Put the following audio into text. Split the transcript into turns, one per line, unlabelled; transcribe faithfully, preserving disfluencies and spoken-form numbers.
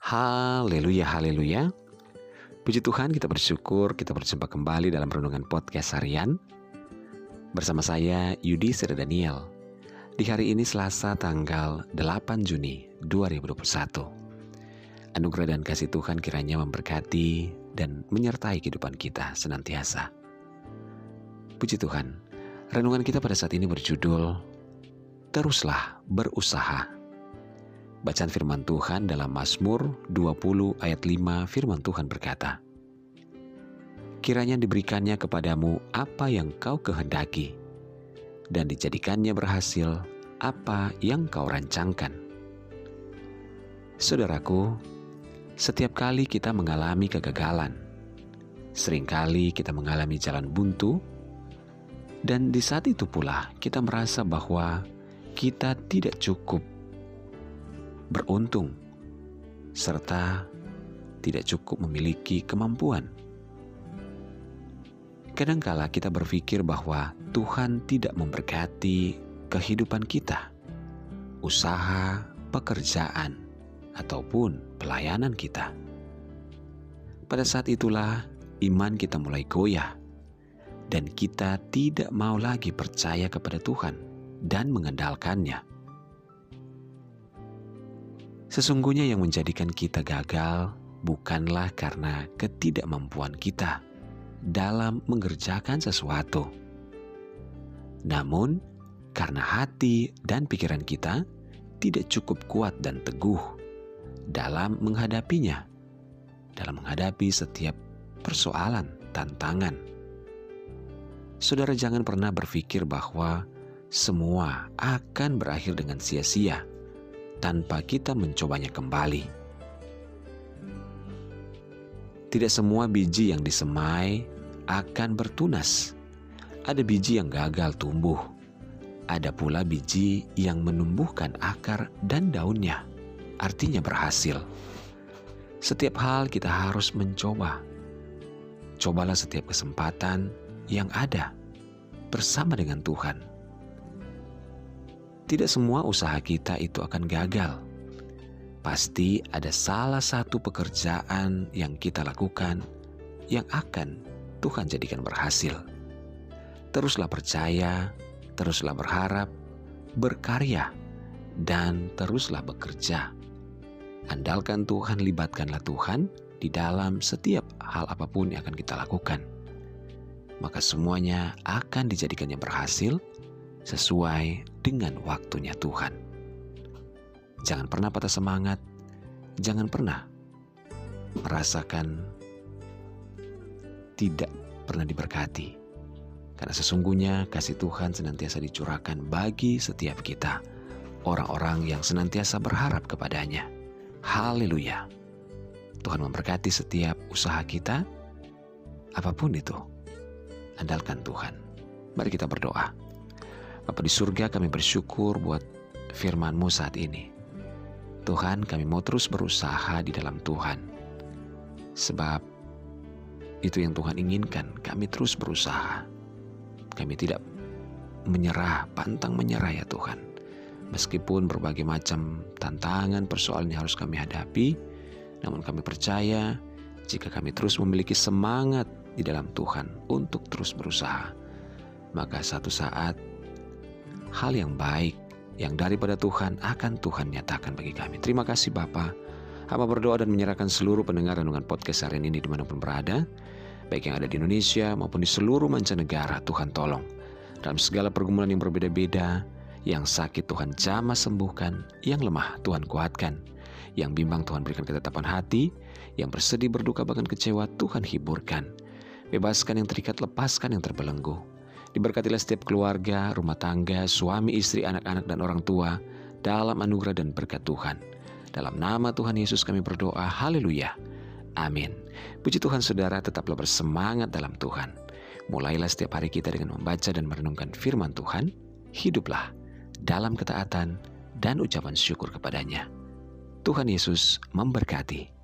Haleluya, haleluya. Puji Tuhan, kita bersyukur kita berjumpa kembali dalam renungan podcast harian bersama saya Yudi Sri Daniel. Di hari ini Selasa tanggal delapan Juni dua ribu dua puluh satu. Anugerah dan kasih Tuhan kiranya memberkati dan menyertai kehidupan kita senantiasa. Puji Tuhan, renungan kita pada saat ini berjudul Teruslah Berusaha. Bacaan firman Tuhan dalam Mazmur dua puluh ayat lima, firman Tuhan berkata, kiranya diberikannya kepadamu apa yang kau kehendaki, dan dijadikannya berhasil apa yang kau rancangkan. Saudaraku, setiap kali kita mengalami kegagalan, seringkali kita mengalami jalan buntu, dan di saat itu pula kita merasa bahwa kita tidak cukup beruntung, serta tidak cukup memiliki kemampuan. Kadangkala kita berpikir bahwa Tuhan tidak memberkati kehidupan kita, usaha, pekerjaan, ataupun pelayanan kita. Pada saat itulah iman kita mulai goyah, dan kita tidak mau lagi percaya kepada Tuhan dan mengandalkannya. Sesungguhnya yang menjadikan kita gagal bukanlah karena ketidakmampuan kita dalam mengerjakan sesuatu, namun karena hati dan pikiran kita tidak cukup kuat dan teguh dalam menghadapinya, dalam menghadapi setiap persoalan, tantangan. Saudara, jangan pernah berpikir bahwa semua akan berakhir dengan sia-sia tanpa kita mencobanya kembali. Tidak semua biji yang disemai akan bertunas. Ada biji yang gagal tumbuh. Ada pula biji yang menumbuhkan akar dan daunnya, artinya berhasil. Setiap hal kita harus mencoba. Cobalah setiap kesempatan yang ada bersama dengan Tuhan. Tidak semua usaha kita itu akan gagal. Pasti ada salah satu pekerjaan yang kita lakukan yang akan Tuhan jadikan berhasil. Teruslah percaya, teruslah berharap, berkarya, dan teruslah bekerja. Andalkan Tuhan, libatkanlah Tuhan di dalam setiap hal apapun yang akan kita lakukan. Maka semuanya akan dijadikannya berhasil sesuai dengan waktunya Tuhan. Jangan pernah patah semangat, jangan pernah merasakan tidak pernah diberkati, karena sesungguhnya kasih Tuhan senantiasa dicurahkan bagi setiap kita, orang-orang yang senantiasa berharap kepadanya. Haleluya. Tuhan memberkati setiap usaha kita, apapun itu. Andalkan Tuhan. Mari kita berdoa. Bapa di surga, kami bersyukur buat firman-Mu saat ini. Tuhan, kami mau terus berusaha di dalam Tuhan. Sebab itu yang Tuhan inginkan, kami terus berusaha. Kami tidak menyerah, pantang menyerah ya Tuhan. Meskipun berbagai macam tantangan, persoalan yang harus kami hadapi, namun kami percaya jika kami terus memiliki semangat di dalam Tuhan untuk terus berusaha, maka satu saat hal yang baik yang daripada Tuhan akan Tuhan nyatakan bagi kami. Terima kasih Bapa. Hamba berdoa dan menyerahkan seluruh pendengar renungan podcast hari ini dimanapun berada, baik yang ada di Indonesia maupun di seluruh mancanegara. Tuhan tolong dalam segala pergumulan yang berbeda-beda. Yang sakit Tuhan jamah sembuhkan, yang lemah Tuhan kuatkan, yang bimbang Tuhan berikan ketetapan hati, yang bersedih berduka bahkan kecewa Tuhan hiburkan. Bebaskan yang terikat, lepaskan yang terbelenggu. Diberkatilah setiap keluarga, rumah tangga, suami, istri, anak-anak, dan orang tua dalam anugerah dan berkat Tuhan. Dalam nama Tuhan Yesus kami berdoa, haleluya, amin. Puji Tuhan saudara, tetaplah bersemangat dalam Tuhan. Mulailah setiap hari kita dengan membaca dan merenungkan firman Tuhan. Hiduplah dalam ketaatan dan ucapan syukur kepadanya. Tuhan Yesus memberkati.